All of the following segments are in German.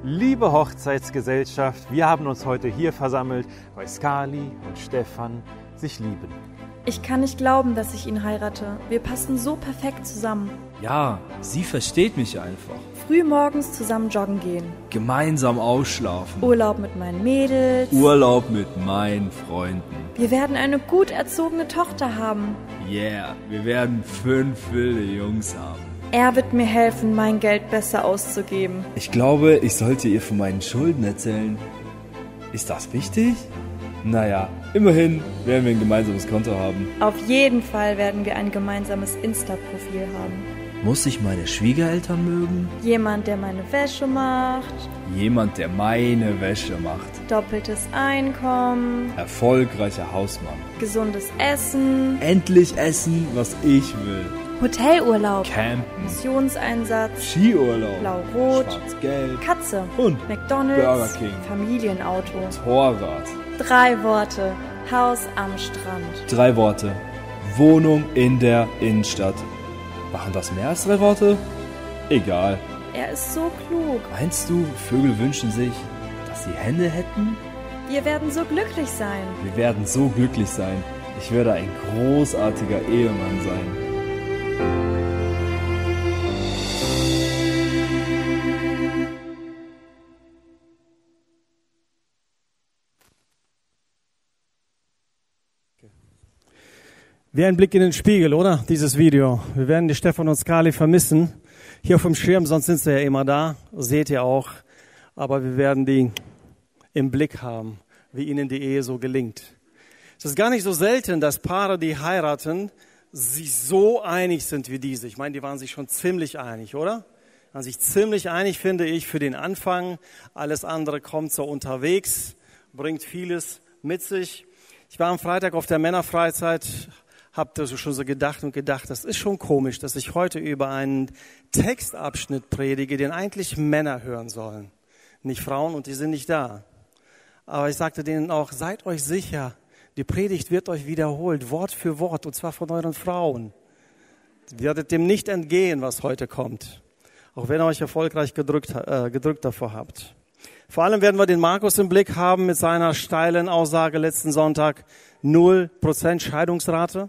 Liebe Hochzeitsgesellschaft, wir haben uns heute hier versammelt, weil Skali und Stefan sich lieben. Ich kann nicht glauben, dass ich ihn heirate. Wir passen so perfekt zusammen. Ja, sie versteht mich einfach. Früh morgens zusammen joggen gehen. Gemeinsam ausschlafen. Urlaub mit meinen Mädels. Urlaub mit meinen Freunden. Wir werden eine gut erzogene Tochter haben. Yeah, wir werden 5 wilde Jungs haben. Er wird mir helfen, mein Geld besser auszugeben. Ich glaube, ich sollte ihr von meinen Schulden erzählen. Ist das wichtig? Naja, immerhin werden wir ein gemeinsames Konto haben. Auf jeden Fall werden wir ein gemeinsames Insta-Profil haben. Muss ich meine Schwiegereltern mögen? Jemand, der meine Wäsche macht. Jemand, der meine Wäsche macht. Doppeltes Einkommen. Erfolgreicher Hausmann. Gesundes Essen. Endlich essen, was ich will. Hotelurlaub. Campen. Missionseinsatz. Skiurlaub. Blau-Rot. Schwarz-Gelb. Katze. Hund. McDonald's. Burger King. Familienauto. Torrad. 3 Worte. Haus am Strand. 3 Worte. Wohnung in der Innenstadt. Waren das mehr als 3 Worte? Egal. Er ist so klug. Meinst du, Vögel wünschen sich, dass sie Hände hätten? Wir werden so glücklich sein. Wir werden so glücklich sein. Ich werde ein großartiger Ehemann sein. Wie ein Blick in den Spiegel, oder? Dieses Video. Wir werden die Stefan und Skali vermissen. Hier auf dem Schirm, sonst sind sie ja immer da. Seht ihr auch. Aber wir werden die im Blick haben, wie ihnen die Ehe so gelingt. Es ist gar nicht so selten, dass Paare, die heiraten, sich so einig sind wie diese. Ich meine, die waren sich schon ziemlich einig, oder? Waren sich ziemlich einig, finde ich, für den Anfang. Alles andere kommt so unterwegs, bringt vieles mit sich. Ich war am Freitag auf der Männerfreizeit, hab da schon so gedacht, das ist schon komisch, dass ich heute über einen Textabschnitt predige, den eigentlich Männer hören sollen, nicht Frauen, und die sind nicht da. Aber ich sagte denen auch, seid euch sicher, die Predigt wird euch wiederholt, Wort für Wort, und zwar von euren Frauen. Ihr werdet dem nicht entgehen, was heute kommt, auch wenn ihr euch erfolgreich gedrückt davor habt. Vor allem werden wir den Markus im Blick haben mit seiner steilen Aussage letzten Sonntag, 0% Scheidungsrate.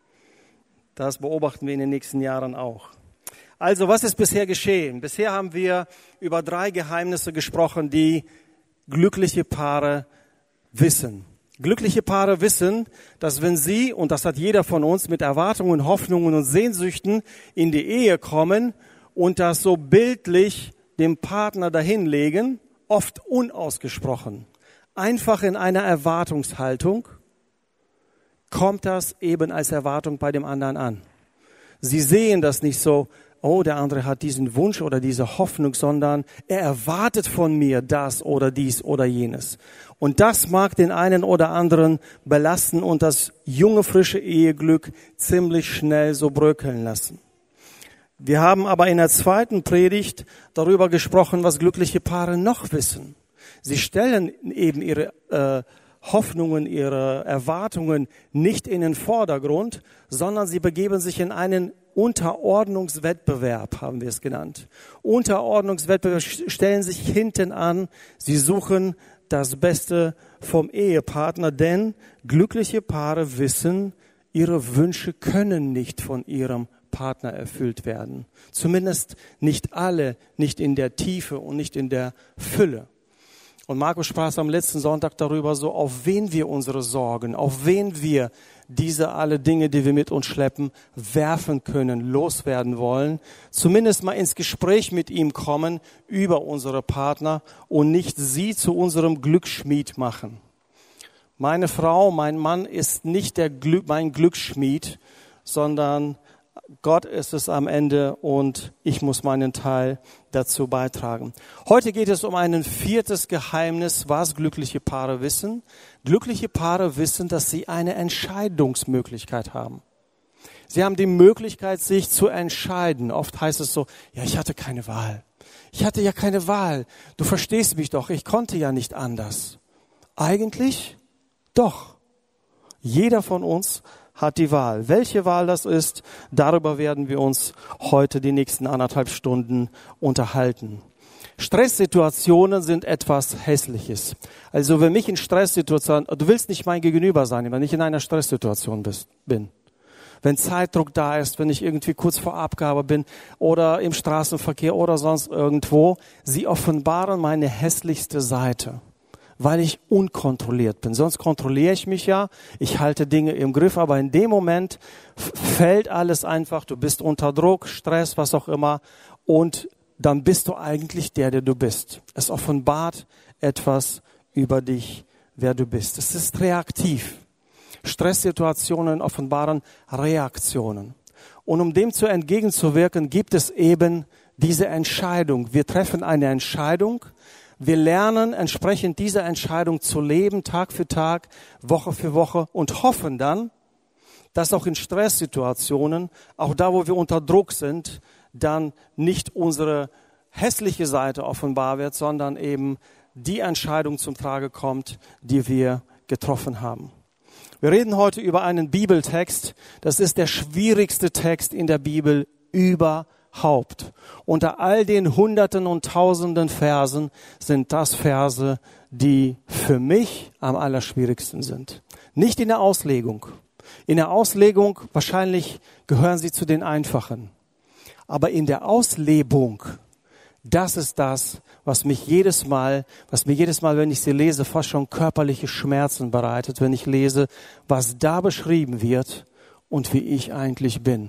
Das beobachten wir in den nächsten Jahren auch. Also, was ist bisher geschehen? Bisher haben wir über 3 Geheimnisse gesprochen, die glückliche Paare wissen. Glückliche Paare wissen, dass wenn sie, und das hat jeder von uns, mit Erwartungen, Hoffnungen und Sehnsüchten in die Ehe kommen und das so bildlich dem Partner dahinlegen, oft unausgesprochen, einfach in einer Erwartungshaltung, kommt das eben als Erwartung bei dem anderen an. Sie sehen das nicht so, oh, der andere hat diesen Wunsch oder diese Hoffnung, sondern er erwartet von mir das oder dies oder jenes. Und das mag den einen oder anderen belasten und das junge, frische Eheglück ziemlich schnell so bröckeln lassen. Wir haben aber in der zweiten Predigt darüber gesprochen, was glückliche Paare noch wissen. Sie stellen eben ihre Hoffnungen, ihre Erwartungen nicht in den Vordergrund, sondern sie begeben sich in einen Unterordnungswettbewerb, haben wir es genannt. Unterordnungswettbewerb, stellen sich hinten an, sie suchen das Beste vom Ehepartner, denn glückliche Paare wissen, ihre Wünsche können nicht von ihrem Partner erfüllt werden. Zumindest nicht alle, nicht in der Tiefe und nicht in der Fülle. Und Markus sprach am letzten Sonntag darüber, so auf wen wir unsere Sorgen, auf wen wir diese alle Dinge, die wir mit uns schleppen, werfen können, loswerden wollen. Zumindest mal ins Gespräch mit ihm kommen über unsere Partner und nicht sie zu unserem Glücksschmied machen. Meine Frau, mein Mann ist nicht mein Glücksschmied, sondern Gott ist es am Ende und ich muss meinen Teil dazu beitragen. Heute geht es um ein 4. Geheimnis, was glückliche Paare wissen. Glückliche Paare wissen, dass sie eine Entscheidungsmöglichkeit haben. Sie haben die Möglichkeit, sich zu entscheiden. Oft heißt es so, ja, ich hatte keine Wahl. Ich hatte ja keine Wahl. Du verstehst mich doch, ich konnte ja nicht anders. Eigentlich doch. Jeder von uns hat die Wahl. Welche Wahl das ist, darüber werden wir uns heute die nächsten 1,5 Stunden unterhalten. Stresssituationen sind etwas Hässliches. Also wenn mich in Stresssituationen, du willst nicht mein Gegenüber sein, wenn ich in einer Stresssituation bin. Wenn Zeitdruck da ist, wenn ich irgendwie kurz vor Abgabe bin oder im Straßenverkehr oder sonst irgendwo, sie offenbaren meine hässlichste Seite, weil ich unkontrolliert bin. Sonst kontrolliere ich mich ja, ich halte Dinge im Griff, aber in dem Moment fällt alles einfach, du bist unter Druck, Stress, was auch immer, und dann bist du eigentlich der du bist. Es offenbart etwas über dich, wer du bist. Es ist reaktiv. Stresssituationen offenbaren Reaktionen. Und um dem entgegenzuwirken, gibt es eben diese Entscheidung. Wir treffen eine Entscheidung. Wir lernen entsprechend dieser Entscheidung zu leben, Tag für Tag, Woche für Woche und hoffen dann, dass auch in Stresssituationen, auch da, wo wir unter Druck sind, dann nicht unsere hässliche Seite offenbar wird, sondern eben die Entscheidung zum Trage kommt, die wir getroffen haben. Wir reden heute über einen Bibeltext. Das ist der schwierigste Text in der Bibel überhaupt. Unter all den Hunderten und Tausenden Versen sind das Verse, die für mich am allerschwierigsten sind. Nicht in der Auslegung. In der Auslegung wahrscheinlich gehören sie zu den einfachen. Aber in der Auslebung, das ist das, was mir jedes Mal, wenn ich sie lese, fast schon körperliche Schmerzen bereitet, wenn ich lese, was da beschrieben wird und wie ich eigentlich bin.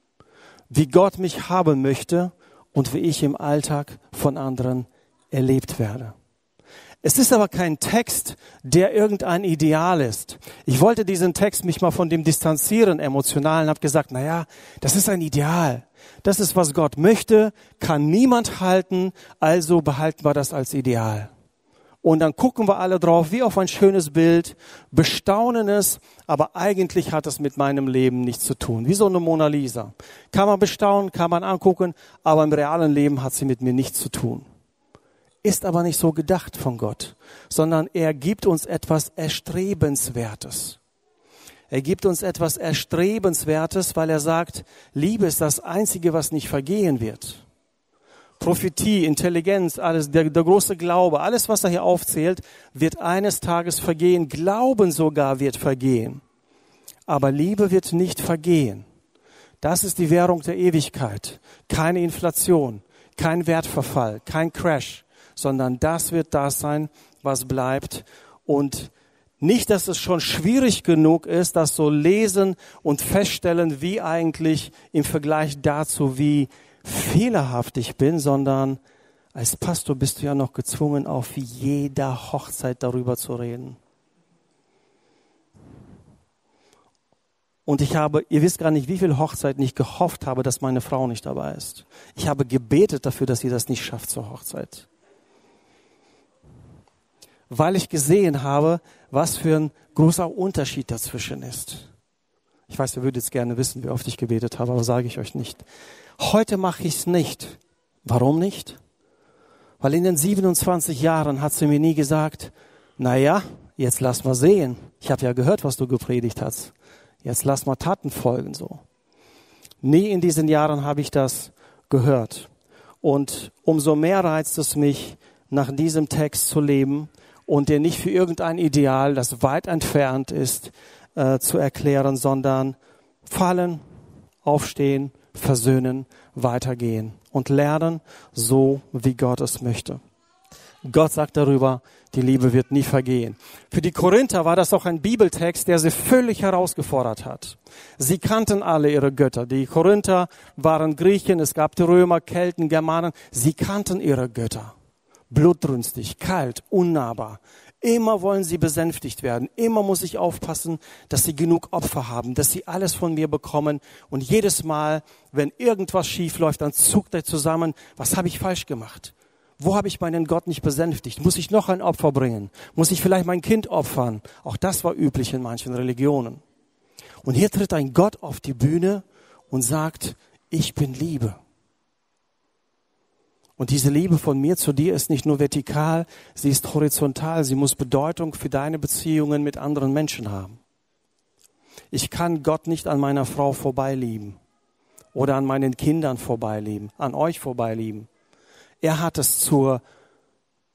Wie Gott mich haben möchte und wie ich im Alltag von anderen erlebt werde. Es ist aber kein Text, der irgendein Ideal ist. Ich wollte diesen Text mich mal von dem distanzieren, emotional, und habe gesagt, das ist ein Ideal. Das ist, was Gott möchte, kann niemand halten, also behalten wir das als Ideal. Und dann gucken wir alle drauf, wie auf ein schönes Bild, bestaunen es, aber eigentlich hat es mit meinem Leben nichts zu tun. Wie so eine Mona Lisa. Kann man bestaunen, kann man angucken, aber im realen Leben hat sie mit mir nichts zu tun. Ist aber nicht so gedacht von Gott, sondern er gibt uns etwas Erstrebenswertes. Er gibt uns etwas Erstrebenswertes, weil er sagt, Liebe ist das Einzige, was nicht vergehen wird. Prophetie, Intelligenz, alles, der große Glaube, alles, was er hier aufzählt, wird eines Tages vergehen. Glauben sogar wird vergehen. Aber Liebe wird nicht vergehen. Das ist die Währung der Ewigkeit. Keine Inflation, kein Wertverfall, kein Crash, sondern das wird das sein, was bleibt. Und nicht, dass es schon schwierig genug ist, das so lesen und feststellen, wie eigentlich im Vergleich dazu, wie fehlerhaft ich bin, sondern als Pastor bist du ja noch gezwungen, auf jeder Hochzeit darüber zu reden. Und ihr wisst gar nicht, wie viele Hochzeiten ich gehofft habe, dass meine Frau nicht dabei ist. Ich habe gebetet dafür, dass sie das nicht schafft zur Hochzeit. Weil ich gesehen habe, was für ein großer Unterschied dazwischen ist. Ich weiß, ihr würdet jetzt gerne wissen, wie oft ich gebetet habe, aber sage ich euch nicht. Heute mache ich es nicht. Warum nicht? Weil in den 27 Jahren hat sie mir nie gesagt, jetzt lass mal sehen. Ich habe ja gehört, was du gepredigt hast. Jetzt lass mal Taten folgen so. Nie in diesen Jahren habe ich das gehört. Und umso mehr reizt es mich, nach diesem Text zu leben und den nicht für irgendein Ideal, das weit entfernt ist, zu erklären, sondern fallen, aufstehen, versöhnen, weitergehen und lernen, so wie Gott es möchte. Gott sagt darüber, die Liebe wird nie vergehen. Für die Korinther war das auch ein Bibeltext, der sie völlig herausgefordert hat. Sie kannten alle ihre Götter. Die Korinther waren Griechen, es gab die Römer, Kelten, Germanen. Sie kannten ihre Götter. Blutrünstig, kalt, unnahbar. Immer wollen sie besänftigt werden. Immer muss ich aufpassen, dass sie genug Opfer haben, dass sie alles von mir bekommen. Und jedes Mal, wenn irgendwas schief läuft, dann zuckt er zusammen. Was habe ich falsch gemacht? Wo habe ich meinen Gott nicht besänftigt? Muss ich noch ein Opfer bringen? Muss ich vielleicht mein Kind opfern? Auch das war üblich in manchen Religionen. Und hier tritt ein Gott auf die Bühne und sagt, ich bin Liebe. Und diese Liebe von mir zu dir ist nicht nur vertikal, sie ist horizontal. Sie muss Bedeutung für deine Beziehungen mit anderen Menschen haben. Ich kann Gott nicht an meiner Frau vorbeilieben oder an meinen Kindern vorbeilieben, an euch vorbeilieben. Er hat es zur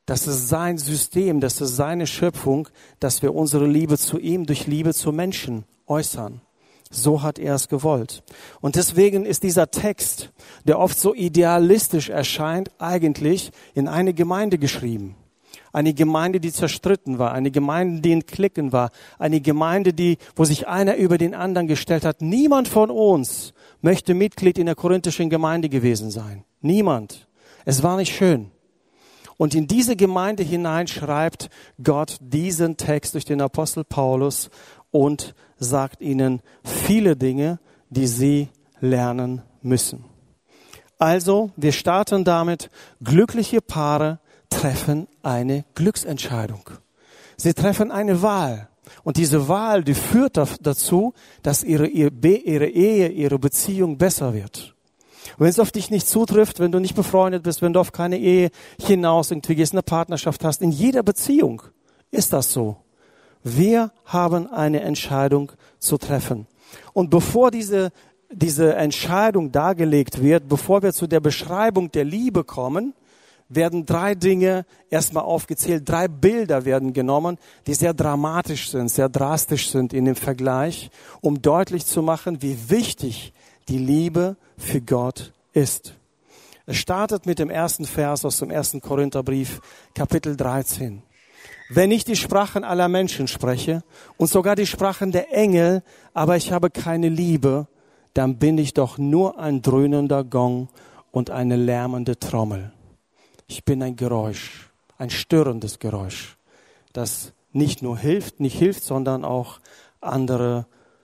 Das ist sein System, das ist seine Schöpfung, dass wir unsere Liebe zu ihm durch Liebe zu Menschen äußern. So hat er es gewollt. Und deswegen ist dieser Text, der oft so idealistisch erscheint, eigentlich in eine Gemeinde geschrieben. Eine Gemeinde, die zerstritten war, eine Gemeinde, die in Klicken war, eine Gemeinde, wo sich einer über den anderen gestellt hat. Niemand von uns möchte Mitglied in der korinthischen Gemeinde gewesen sein. Niemand. Es war nicht schön. Und in diese Gemeinde hinein schreibt Gott diesen Text durch den Apostel Paulus und sagt ihnen viele Dinge, die sie lernen müssen. Also, wir starten damit, glückliche Paare treffen eine Glücksentscheidung. Sie treffen eine Wahl. Und diese Wahl, die führt dazu, dass ihre Ehe, ihre Beziehung besser wird. Und wenn es auf dich nicht zutrifft, wenn du nicht befreundet bist, wenn du auf keine Ehe hinaus irgendwie gehst, eine Partnerschaft hast, in jeder Beziehung ist das so. Wir haben eine Entscheidung zu treffen. Und bevor diese Entscheidung dargelegt wird, bevor wir zu der Beschreibung der Liebe kommen, werden 3 Dinge erstmal aufgezählt, 3 Bilder werden genommen, die sehr dramatisch sind, sehr drastisch sind in dem Vergleich, um deutlich zu machen, wie wichtig die Liebe für Gott ist. Es startet mit dem ersten Vers aus dem 1. Korintherbrief, Kapitel 13. Wenn ich die Sprachen aller Menschen spreche und sogar die Sprachen der Engel, aber ich habe keine Liebe, dann bin ich doch nur ein dröhnender Gong und eine lärmende Trommel. Ich bin ein Geräusch, ein störendes Geräusch, das nicht nur nicht hilft, sondern auch anderen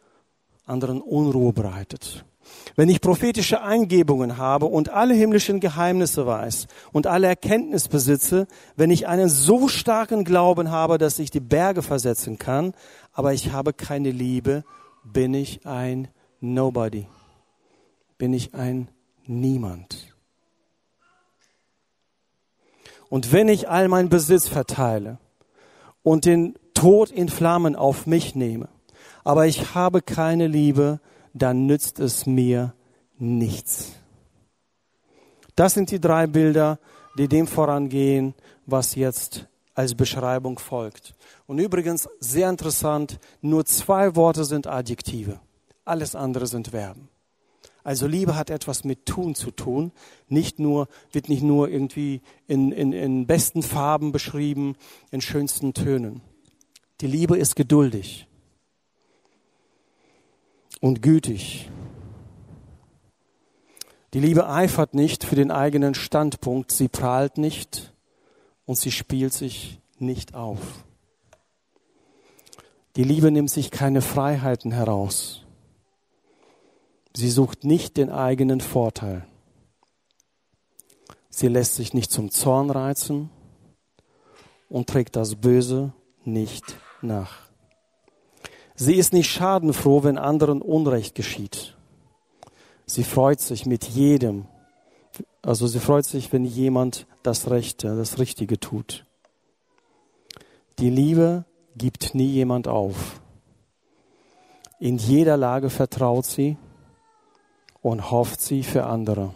Unruhe bereitet. Wenn ich prophetische Eingebungen habe und alle himmlischen Geheimnisse weiß und alle Erkenntnis besitze, wenn ich einen so starken Glauben habe, dass ich die Berge versetzen kann, aber ich habe keine Liebe, bin ich ein Nobody, bin ich ein Niemand. Und wenn ich all meinen Besitz verteile und den Tod in Flammen auf mich nehme, aber ich habe keine Liebe, dann nützt es mir nichts. Das sind die 3 Bilder, die dem vorangehen, was jetzt als Beschreibung folgt. Und übrigens, sehr interessant, nur 2 Worte sind Adjektive. Alles andere sind Verben. Also Liebe hat etwas mit Tun zu tun, wird nicht nur irgendwie in besten Farben beschrieben, in schönsten Tönen. Die Liebe ist geduldig und gütig. Die Liebe eifert nicht für den eigenen Standpunkt, sie prahlt nicht und sie spielt sich nicht auf. Die Liebe nimmt sich keine Freiheiten heraus. Sie sucht nicht den eigenen Vorteil. Sie lässt sich nicht zum Zorn reizen und trägt das Böse nicht nach. Sie ist nicht schadenfroh, wenn anderen Unrecht geschieht. Sie freut sich wenn jemand das Rechte, das Richtige tut. Die Liebe gibt nie jemand auf. In jeder Lage vertraut sie und hofft sie für andere.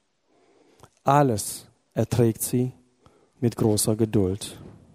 Alles erträgt sie mit großer Geduld.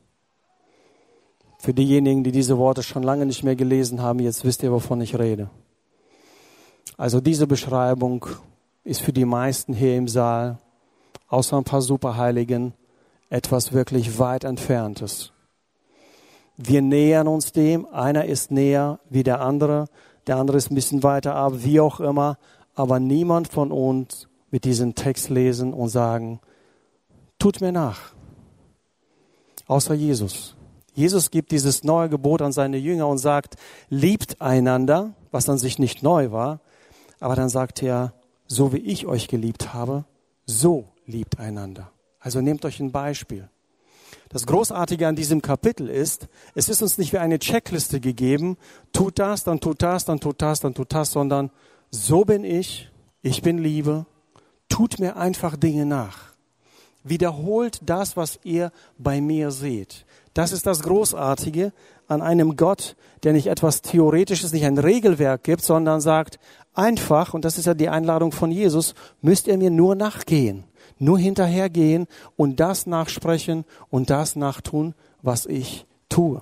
Für diejenigen, die diese Worte schon lange nicht mehr gelesen haben, jetzt wisst ihr, wovon ich rede. Also diese Beschreibung ist für die meisten hier im Saal, außer ein paar Superheiligen, etwas wirklich weit Entferntes. Wir nähern uns dem, einer ist näher wie der andere ist ein bisschen weiter ab, wie auch immer, aber niemand von uns wird diesen Text lesen und sagen, tut mir nach, außer Jesus. Jesus gibt dieses neue Gebot an seine Jünger und sagt, liebt einander, was an sich nicht neu war, aber dann sagt er, so wie ich euch geliebt habe, so liebt einander. Also nehmt euch ein Beispiel. Das Großartige an diesem Kapitel ist, es ist uns nicht wie eine Checkliste gegeben, tut das, dann tut das, dann tut das, dann tut das, sondern so bin ich bin Liebe, tut mir einfach Dinge nach. Wiederholt das, was ihr bei mir seht. Das ist das Großartige an einem Gott, der nicht etwas Theoretisches, nicht ein Regelwerk gibt, sondern sagt einfach, und das ist ja die Einladung von Jesus, müsst ihr mir nur nachgehen. Nur hinterhergehen und das nachsprechen und das nachtun, was ich tue.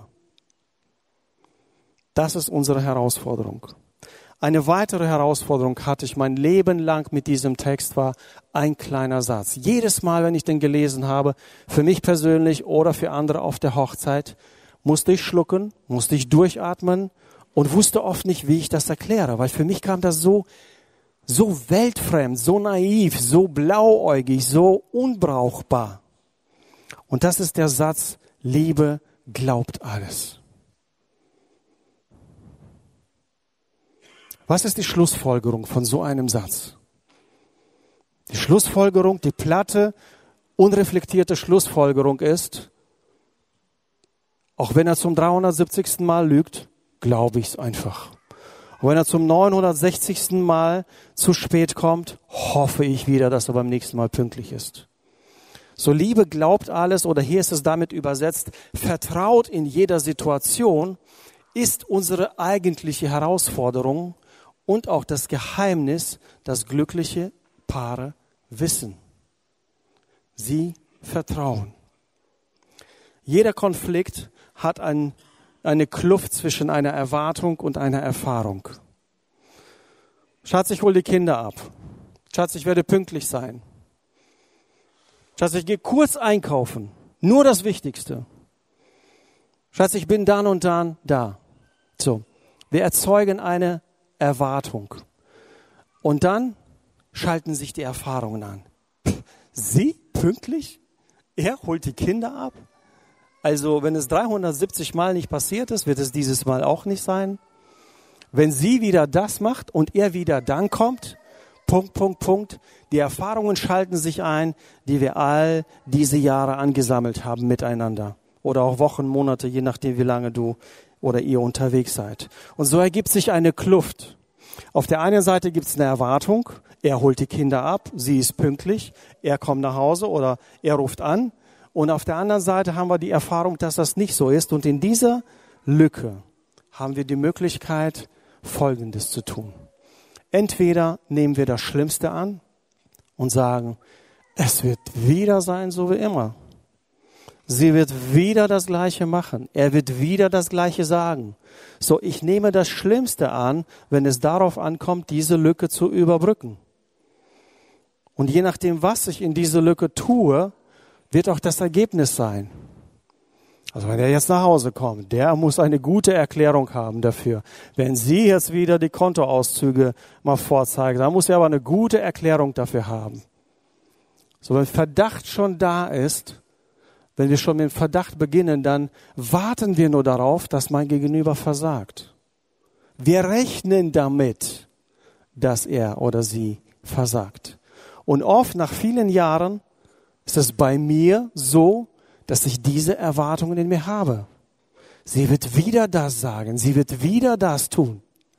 Das ist unsere Herausforderung. Eine weitere Herausforderung hatte ich mein Leben lang mit diesem Text, war ein kleiner Satz. Jedes Mal, wenn ich den gelesen habe, für mich persönlich oder für andere auf der Hochzeit, musste ich schlucken, musste ich durchatmen und wusste oft nicht, wie ich das erkläre, weil für mich kam das so weltfremd, so naiv, so blauäugig, so unbrauchbar. Und das ist der Satz, Liebe glaubt alles. Was ist die Schlussfolgerung von so einem Satz? Die Schlussfolgerung, die platte, unreflektierte Schlussfolgerung ist, auch wenn er zum 370. Mal lügt, glaube ich es einfach. Und wenn er zum 960. Mal zu spät kommt, hoffe ich wieder, dass er beim nächsten Mal pünktlich ist. So Liebe glaubt alles, oder hier ist es damit übersetzt, vertraut in jeder Situation, ist unsere eigentliche Herausforderung und auch das Geheimnis, das glückliche Paare wissen. Sie vertrauen. Jeder Konflikt hat eine Kluft zwischen einer Erwartung und einer Erfahrung. Schatz, ich hole die Kinder ab. Schatz, ich werde pünktlich sein. Schatz, ich gehe kurz einkaufen. Nur das Wichtigste. Schatz, ich bin dann und dann da. So, wir erzeugen eine Erwartung. Und dann schalten sich die Erfahrungen an. Sie pünktlich? Er holt die Kinder ab? Also wenn es 370 Mal nicht passiert ist, wird es dieses Mal auch nicht sein. Wenn sie wieder das macht und er wieder dann kommt, Punkt. Die Erfahrungen schalten sich ein, die wir all diese Jahre angesammelt haben miteinander. Oder auch Wochen, Monate, je nachdem wie lange du oder ihr unterwegs seid. Und so ergibt sich eine Kluft. Auf der einen Seite gibt es eine Erwartung, er holt die Kinder ab, sie ist pünktlich, er kommt nach Hause oder er ruft an. Und auf der anderen Seite haben wir die Erfahrung, dass das nicht so ist. Und in dieser Lücke haben wir die Möglichkeit, Folgendes zu tun. Entweder nehmen wir das Schlimmste an und sagen, es wird wieder sein, so wie immer. Sie wird wieder das Gleiche machen. Er wird wieder das Gleiche sagen. So, ich nehme das Schlimmste an, wenn es darauf ankommt, diese Lücke zu überbrücken. Und je nachdem, was ich in diese Lücke tue, wird auch das Ergebnis sein. Also wenn er jetzt nach Hause kommt, der muss eine gute Erklärung haben dafür. Wenn sie jetzt wieder die Kontoauszüge mal vorzeigen, dann muss er aber eine gute Erklärung dafür haben. So, wenn Verdacht schon da ist, wenn wir schon mit dem Verdacht beginnen, dann warten wir nur darauf, dass mein Gegenüber versagt. Wir rechnen damit, dass er oder sie versagt. Und oft nach vielen Jahren ist es bei mir so, dass ich diese Erwartungen in mir habe. Sie wird wieder das sagen, sie wird wieder das tun.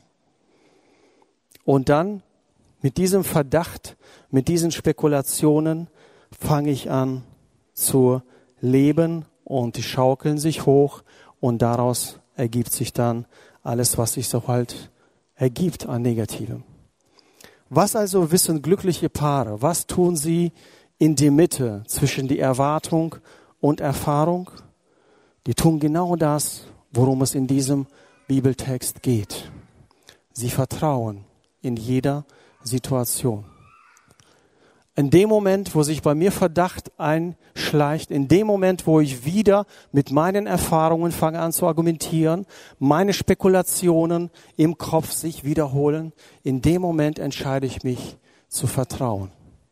Und dann mit diesem Verdacht, mit diesen Spekulationen fange ich an zu leben und die schaukeln sich hoch und daraus ergibt sich dann alles, was sich so halt ergibt an Negativem. Was also wissen glückliche Paare? Was tun sie in die Mitte zwischen die Erwartung und Erfahrung? Die tun genau das, worum es in diesem Bibeltext geht. Sie vertrauen in jeder Situation. In dem Moment, wo sich bei mir Verdacht einschleicht, in dem Moment, wo ich wieder mit meinen Erfahrungen fange an zu argumentieren, meine Spekulationen im Kopf sich wiederholen, in dem Moment entscheide ich mich zu vertrauen.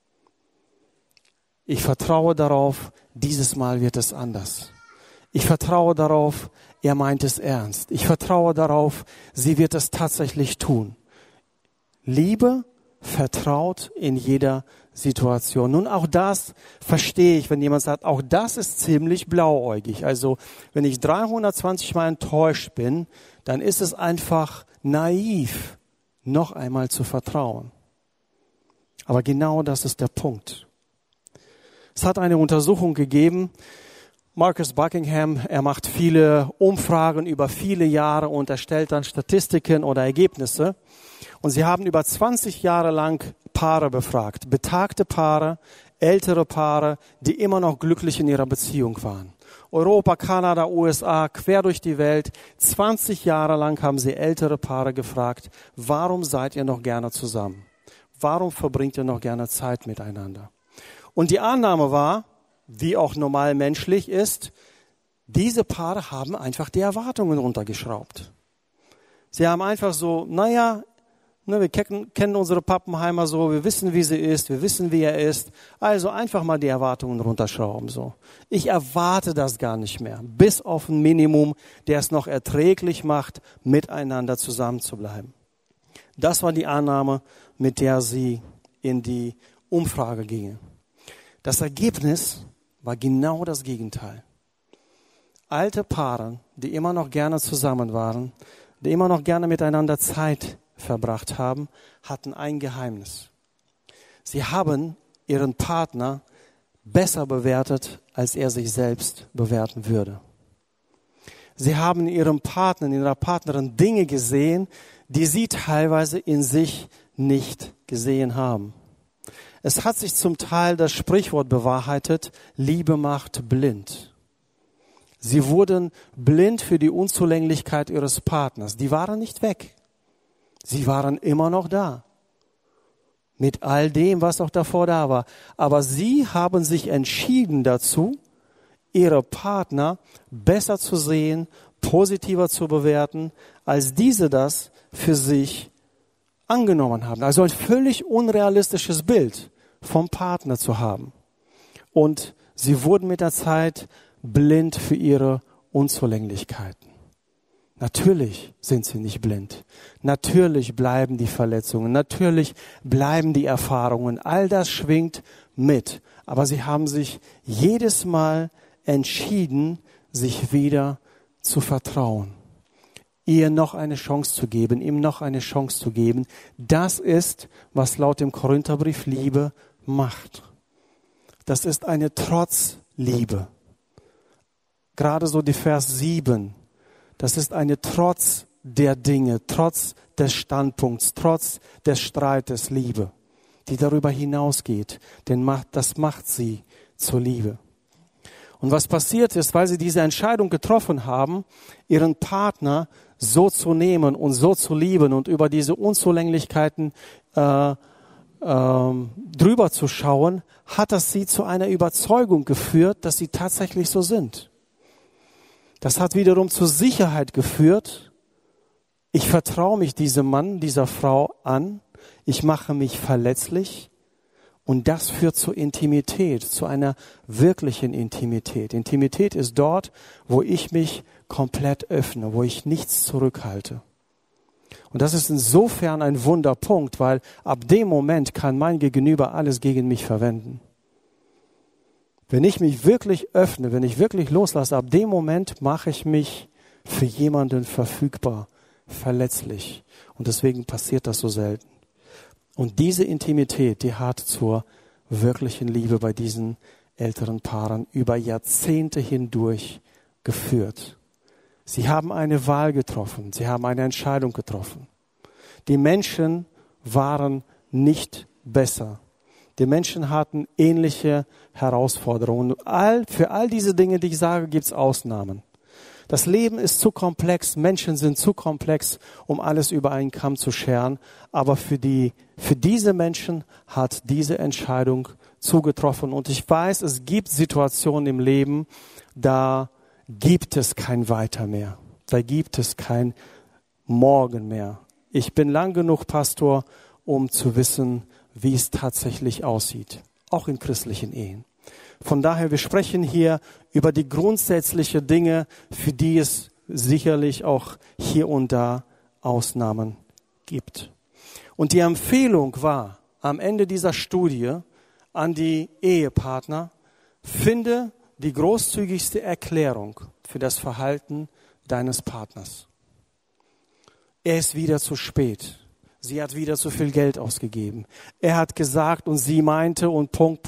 Ich vertraue darauf, dieses Mal wird es anders. Ich vertraue darauf, er meint es ernst. Ich vertraue darauf, sie wird es tatsächlich tun. Liebe vertraut in jeder Situation. Nun, auch das verstehe ich, wenn jemand sagt, auch das ist ziemlich blauäugig. Also, wenn ich 320 Mal enttäuscht bin, dann ist es einfach naiv, noch einmal zu vertrauen. Aber genau das ist der Punkt. Es hat eine Untersuchung gegeben, Marcus Buckingham, er macht viele Umfragen über viele Jahre und erstellt dann Statistiken oder Ergebnisse. Und sie haben über 20 Jahre lang Paare befragt, betagte Paare, ältere Paare, die immer noch glücklich in ihrer Beziehung waren. Europa, Kanada, USA, quer durch die Welt. 20 Jahre lang haben sie ältere Paare gefragt, warum seid ihr noch gerne zusammen? Warum verbringt ihr noch gerne Zeit miteinander? Und die Annahme war, wie auch normal menschlich ist, diese Paare haben einfach die Erwartungen runtergeschraubt. Sie haben einfach so, wir kennen unsere Pappenheimer so, wir wissen, wie sie ist, wir wissen, wie er ist. Also einfach mal die Erwartungen runterschrauben. So. Ich erwarte das gar nicht mehr, bis auf ein Minimum, der es noch erträglich macht, miteinander zusammen zu bleiben. Das war die Annahme, mit der sie in die Umfrage gingen. Das Ergebnis war genau das Gegenteil. Alte Paare, die immer noch gerne zusammen waren, die immer noch gerne miteinander Zeit verbracht haben, hatten ein Geheimnis. Sie haben ihren Partner besser bewertet, als er sich selbst bewerten würde. Sie haben in ihrem Partner, in ihrer Partnerin Dinge gesehen, die sie teilweise in sich nicht gesehen haben. Es hat sich zum Teil das Sprichwort bewahrheitet, Liebe macht blind. Sie wurden blind für die Unzulänglichkeit ihres Partners. Die waren nicht weg. Sie waren immer noch da. Mit all dem, was auch davor da war. Aber sie haben sich entschieden dazu, ihre Partner besser zu sehen, positiver zu bewerten, als diese das für sich angenommen haben. Also ein völlig unrealistisches Bild vom Partner zu haben. Und sie wurden mit der Zeit blind für ihre Unzulänglichkeiten. Natürlich sind sie nicht blind. Natürlich bleiben die Verletzungen. Natürlich bleiben die Erfahrungen. All das schwingt mit. Aber sie haben sich jedes Mal entschieden, sich wieder zu vertrauen. Ihr noch eine Chance zu geben, ihm noch eine Chance zu geben. Das ist, was laut dem Korintherbrief Liebe macht. Das ist eine Trotzliebe. Gerade so die Vers 7. Das ist eine trotz der Dinge, trotz des Standpunkts, trotz des Streites Liebe, die darüber hinausgeht. Denn das macht sie zur Liebe. Und was passiert ist, weil sie diese Entscheidung getroffen haben, ihren Partner so zu nehmen und so zu lieben und über diese Unzulänglichkeiten drüber zu schauen, hat das sie zu einer Überzeugung geführt, dass sie tatsächlich so sind. Das hat wiederum zur Sicherheit geführt. Ich vertraue mich diesem Mann, dieser Frau an. Ich mache mich verletzlich. Und das führt zur Intimität, zu einer wirklichen Intimität. Intimität ist dort, wo ich mich komplett öffne, wo ich nichts zurückhalte. Und das ist insofern ein Wunderpunkt, weil ab dem Moment kann mein Gegenüber alles gegen mich verwenden. Wenn ich mich wirklich öffne, wenn ich wirklich loslasse, ab dem Moment mache ich mich für jemanden verfügbar, verletzlich. Und deswegen passiert das so selten. Und diese Intimität, die hat zur wirklichen Liebe bei diesen älteren Paaren über Jahrzehnte hindurch geführt. Sie haben eine Wahl getroffen, sie haben eine Entscheidung getroffen. Die Menschen waren nicht besser. Die Menschen hatten ähnliche Herausforderungen. Für all diese Dinge, die ich sage, gibt es Ausnahmen. Das Leben ist zu komplex, Menschen sind zu komplex, um alles über einen Kamm zu scheren. Aber für diese Menschen hat diese Entscheidung zugetroffen. Und ich weiß, es gibt Situationen im Leben, da gibt es kein Weiter mehr. Da gibt es kein Morgen mehr. Ich bin lang genug Pastor, um zu wissen, wie es tatsächlich aussieht, auch in christlichen Ehen. Von daher, wir sprechen hier über die grundsätzlichen Dinge, für die es sicherlich auch hier und da Ausnahmen gibt. Und die Empfehlung war am Ende dieser Studie an die Ehepartner, finde die großzügigste Erklärung für das Verhalten deines Partners. Er ist wieder zu spät. Sie hat wieder zu viel Geld ausgegeben. Er hat gesagt und sie meinte und Punkt.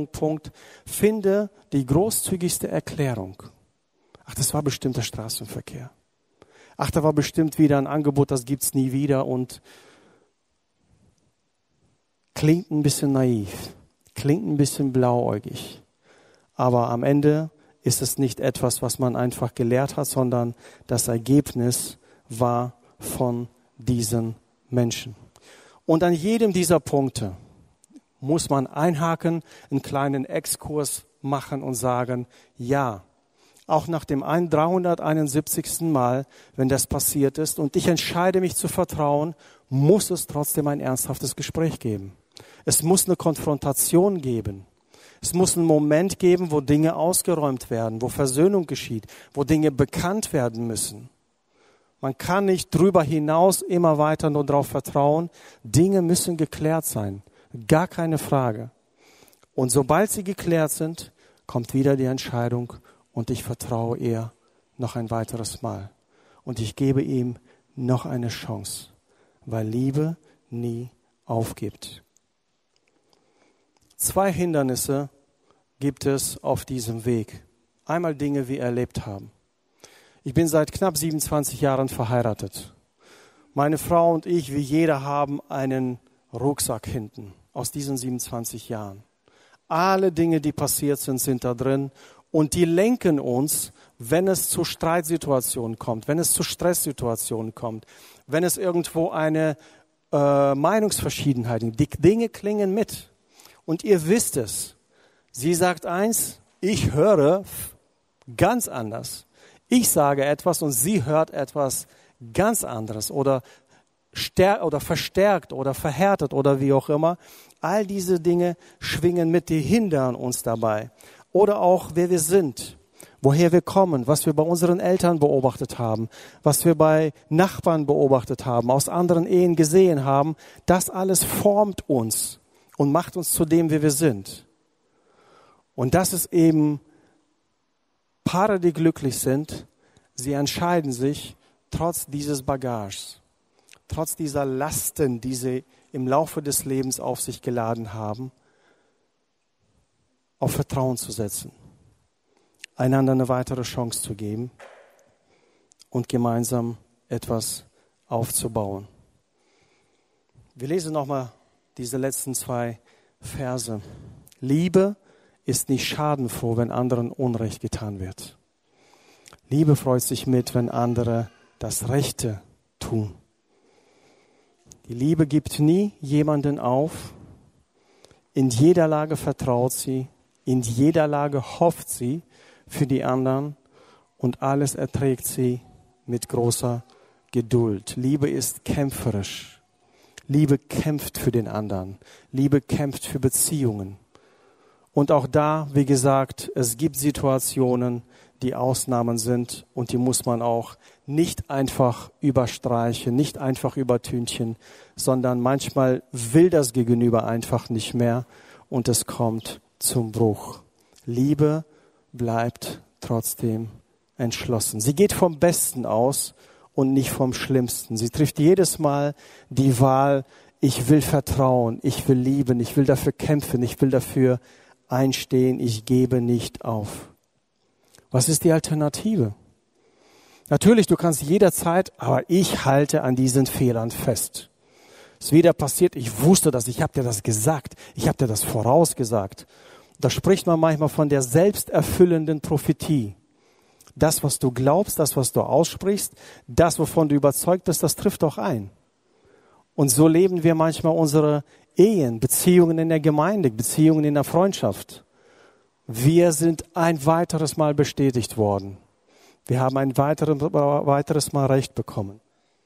Finde die großzügigste Erklärung. Ach, das war bestimmt der Straßenverkehr. Ach, da war bestimmt wieder ein Angebot, das gibt's nie wieder und klingt ein bisschen naiv. Klingt ein bisschen blauäugig. Aber am Ende ist es nicht etwas, was man einfach gelehrt hat, sondern das Ergebnis war von diesen Menschen. Und an jedem dieser Punkte muss man einhaken, einen kleinen Exkurs machen und sagen, ja, auch nach dem 371. Mal, wenn das passiert ist und ich entscheide mich zu vertrauen, muss es trotzdem ein ernsthaftes Gespräch geben. Es muss eine Konfrontation geben. Es muss einen Moment geben, wo Dinge ausgeräumt werden, wo Versöhnung geschieht, wo Dinge bekannt werden müssen. Man kann nicht drüber hinaus immer weiter nur darauf vertrauen. Dinge müssen geklärt sein. Gar keine Frage. Und sobald sie geklärt sind, kommt wieder die Entscheidung und ich vertraue ihr noch ein weiteres Mal. Und ich gebe ihm noch eine Chance, weil Liebe nie aufgibt. 2 Hindernisse gibt es auf diesem Weg. Einmal Dinge, die wir erlebt haben. Ich bin seit knapp 27 Jahren verheiratet. Meine Frau und ich, wie jeder, haben einen Rucksack hinten aus diesen 27 Jahren. Alle Dinge, die passiert sind, sind da drin und die lenken uns, wenn es zu Streitsituationen kommt, wenn es zu Stresssituationen kommt, wenn es irgendwo eine Meinungsverschiedenheit gibt. Die Dinge klingen mit. Und ihr wisst es. Sie sagt eins, ich höre ganz anders. Ich sage etwas und sie hört etwas ganz anderes oder verstärkt oder verhärtet oder wie auch immer. All diese Dinge schwingen mit, die hindern uns dabei. Oder auch, wer wir sind, woher wir kommen, was wir bei unseren Eltern beobachtet haben, was wir bei Nachbarn beobachtet haben, aus anderen Ehen gesehen haben. Das alles formt uns und macht uns zu dem, wie wir sind. Und das ist eben Paare, die glücklich sind, sie entscheiden sich, trotz dieses Bagages, trotz dieser Lasten, die sie im Laufe des Lebens auf sich geladen haben, auf Vertrauen zu setzen, einander eine weitere Chance zu geben und gemeinsam etwas aufzubauen. Wir lesen nochmal diese letzten 2 Verse. Liebe ist nicht schadenfroh, wenn anderen Unrecht getan wird. Liebe freut sich mit, wenn andere das Rechte tun. Die Liebe gibt nie jemanden auf. In jeder Lage vertraut sie. In jeder Lage hofft sie für die anderen. Und alles erträgt sie mit großer Geduld. Liebe ist kämpferisch. Liebe kämpft für den anderen. Liebe kämpft für Beziehungen. Und auch da, wie gesagt, es gibt Situationen, die Ausnahmen sind und die muss man auch nicht einfach überstreichen, nicht einfach übertünchen, sondern manchmal will das Gegenüber einfach nicht mehr und es kommt zum Bruch. Liebe bleibt trotzdem entschlossen. Sie geht vom Besten aus und nicht vom Schlimmsten. Sie trifft jedes Mal die Wahl, ich will vertrauen, ich will lieben, ich will dafür kämpfen, ich will dafür einstehen, ich gebe nicht auf. Was ist die Alternative? Natürlich, du kannst jederzeit, aber ich halte an diesen Fehlern fest. Es ist wieder passiert, ich wusste das, ich habe dir das gesagt, ich habe dir das vorausgesagt. Da spricht man manchmal von der selbsterfüllenden Prophetie. Das, was du glaubst, das, was du aussprichst, das, wovon du überzeugt bist, das trifft auch ein. Und so leben wir manchmal unsere Ehen, Beziehungen in der Gemeinde, Beziehungen in der Freundschaft. Wir sind ein weiteres Mal bestätigt worden. Wir haben ein weiteres Mal Recht bekommen.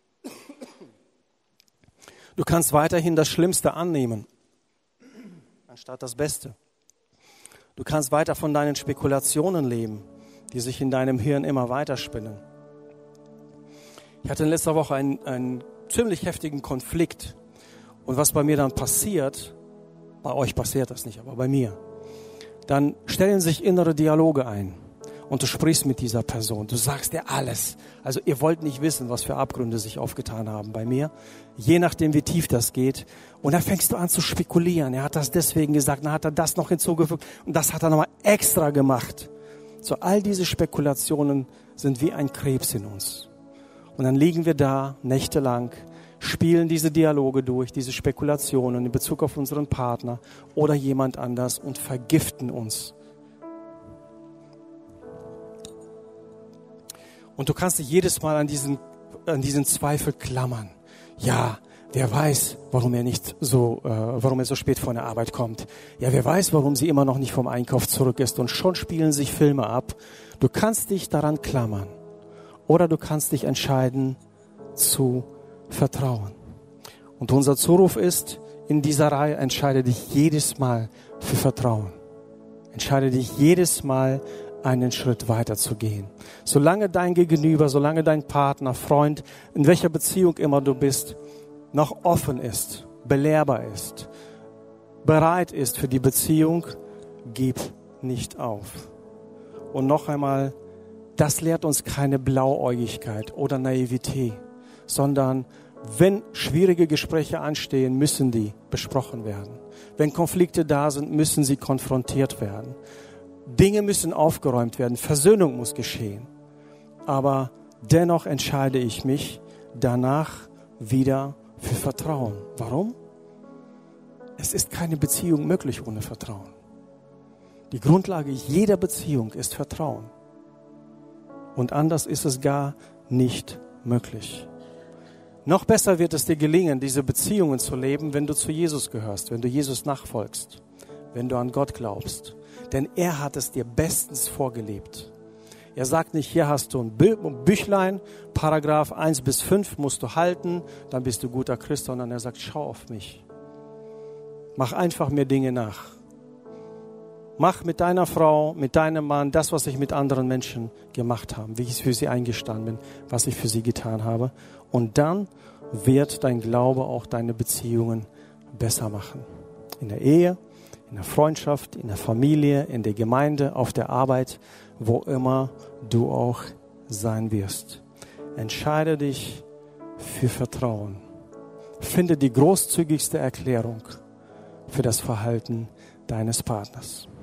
Du kannst weiterhin das Schlimmste annehmen, anstatt das Beste. Du kannst weiter von deinen Spekulationen leben, die sich in deinem Hirn immer weiter spinnen. Ich hatte in letzter Woche einen ziemlich heftigen Konflikt. Und was bei mir dann passiert, bei euch passiert das nicht, aber bei mir, dann stellen sich innere Dialoge ein. Und du sprichst mit dieser Person, du sagst dir alles. Also ihr wollt nicht wissen, was für Abgründe sich aufgetan haben bei mir. Je nachdem, wie tief das geht. Und dann fängst du an zu spekulieren. Er hat das deswegen gesagt, dann hat er das noch hinzugefügt und das hat er nochmal extra gemacht. So, all diese Spekulationen sind wie ein Krebs in uns. Und dann liegen wir da nächtelang, spielen diese Dialoge durch, diese Spekulationen in Bezug auf unseren Partner oder jemand anders und vergiften uns. Und du kannst dich jedes Mal an diesen Zweifel klammern. Ja, wer weiß, warum er so spät von der Arbeit kommt. Ja, wer weiß, warum sie immer noch nicht vom Einkauf zurück ist. Und schon spielen sich Filme ab. Du kannst dich daran klammern. Oder du kannst dich entscheiden, zu vertrauen. Und unser Zuruf ist, in dieser Reihe, entscheide dich jedes Mal für Vertrauen. Entscheide dich jedes Mal, einen Schritt weiter zu gehen. Solange dein Gegenüber, solange dein Partner, Freund, in welcher Beziehung immer du bist, noch offen ist, belehrbar ist, bereit ist für die Beziehung, gib nicht auf. Und noch einmal, das lehrt uns keine Blauäugigkeit oder Naivität, sondern wenn schwierige Gespräche anstehen, müssen die besprochen werden. Wenn Konflikte da sind, müssen sie konfrontiert werden. Dinge müssen aufgeräumt werden, Versöhnung muss geschehen. Aber dennoch entscheide ich mich danach wieder für Vertrauen. Warum? Es ist keine Beziehung möglich ohne Vertrauen. Die Grundlage jeder Beziehung ist Vertrauen. Und anders ist es gar nicht möglich. Noch besser wird es dir gelingen, diese Beziehungen zu leben, wenn du zu Jesus gehörst, wenn du Jesus nachfolgst, wenn du an Gott glaubst. Denn er hat es dir bestens vorgelebt. Er sagt nicht, hier hast du ein Büchlein, Paragraph 1 bis 5 musst du halten, dann bist du guter Christ, sondern er sagt, schau auf mich. Mach einfach mir Dinge nach. Mach mit deiner Frau, mit deinem Mann das, was ich mit anderen Menschen gemacht habe, wie ich für sie eingestanden bin, was ich für sie getan habe. Und dann wird dein Glaube auch deine Beziehungen besser machen. In der Ehe, in der Freundschaft, in der Familie, in der Gemeinde, auf der Arbeit, wo immer du auch sein wirst. Entscheide dich für Vertrauen. Finde die großzügigste Erklärung für das Verhalten deines Partners.